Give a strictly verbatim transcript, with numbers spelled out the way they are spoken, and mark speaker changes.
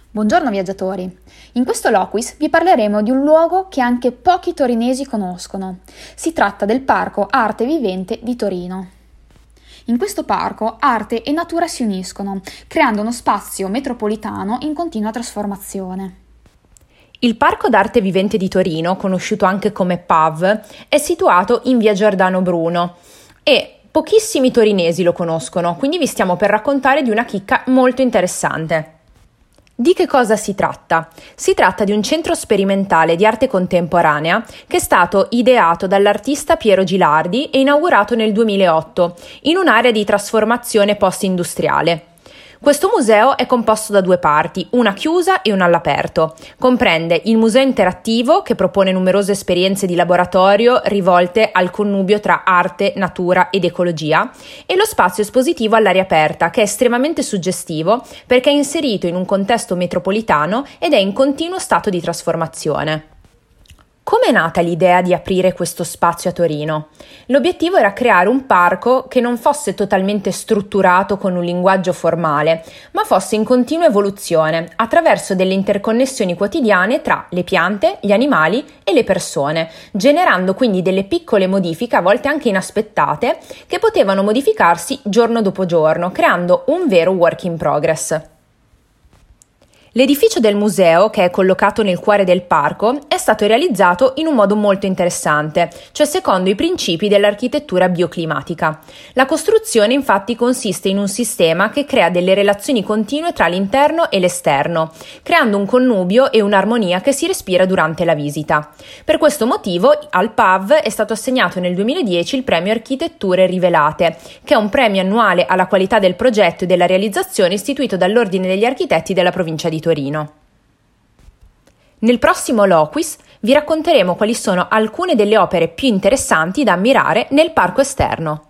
Speaker 1: Buongiorno viaggiatori! In questo Loquis vi parleremo di un luogo che anche pochi torinesi conoscono. Si tratta del Parco Arte Vivente di Torino. In questo parco arte e natura si uniscono, creando uno spazio metropolitano in continua trasformazione.
Speaker 2: Il Parco d'Arte Vivente di Torino, conosciuto anche come P A V, è situato in via Giordano Bruno e pochissimi torinesi lo conoscono, quindi vi stiamo per raccontare di una chicca molto interessante. Di che cosa si tratta? Si tratta di un centro sperimentale di arte contemporanea che è stato ideato dall'artista Piero Gilardi e inaugurato nel duemilaotto in un'area di trasformazione post-industriale. Questo museo è composto da due parti, una chiusa e una all'aperto. Comprende il museo interattivo, che propone numerose esperienze di laboratorio rivolte al connubio tra arte, natura ed ecologia, e lo spazio espositivo all'aria aperta, che è estremamente suggestivo perché è inserito in un contesto metropolitano ed è in continuo stato di trasformazione. Come è nata l'idea di aprire questo spazio a Torino? L'obiettivo era creare un parco che non fosse totalmente strutturato con un linguaggio formale, ma fosse in continua evoluzione attraverso delle interconnessioni quotidiane tra le piante, gli animali e le persone, generando quindi delle piccole modifiche, a volte anche inaspettate, che potevano modificarsi giorno dopo giorno, creando un vero work in progress. L'edificio del museo, che è collocato nel cuore del parco, è stato realizzato in un modo molto interessante, cioè secondo i principi dell'architettura bioclimatica. La costruzione infatti consiste in un sistema che crea delle relazioni continue tra l'interno e l'esterno, creando un connubio e un'armonia che si respira durante la visita. Per questo motivo al P A V è stato assegnato nel duemiladieci il premio Architetture Rivelate, che è un premio annuale alla qualità del progetto e della realizzazione istituito dall'Ordine degli Architetti della provincia di Torino. Nel prossimo Loquis vi racconteremo quali sono alcune delle opere più interessanti da ammirare nel parco esterno.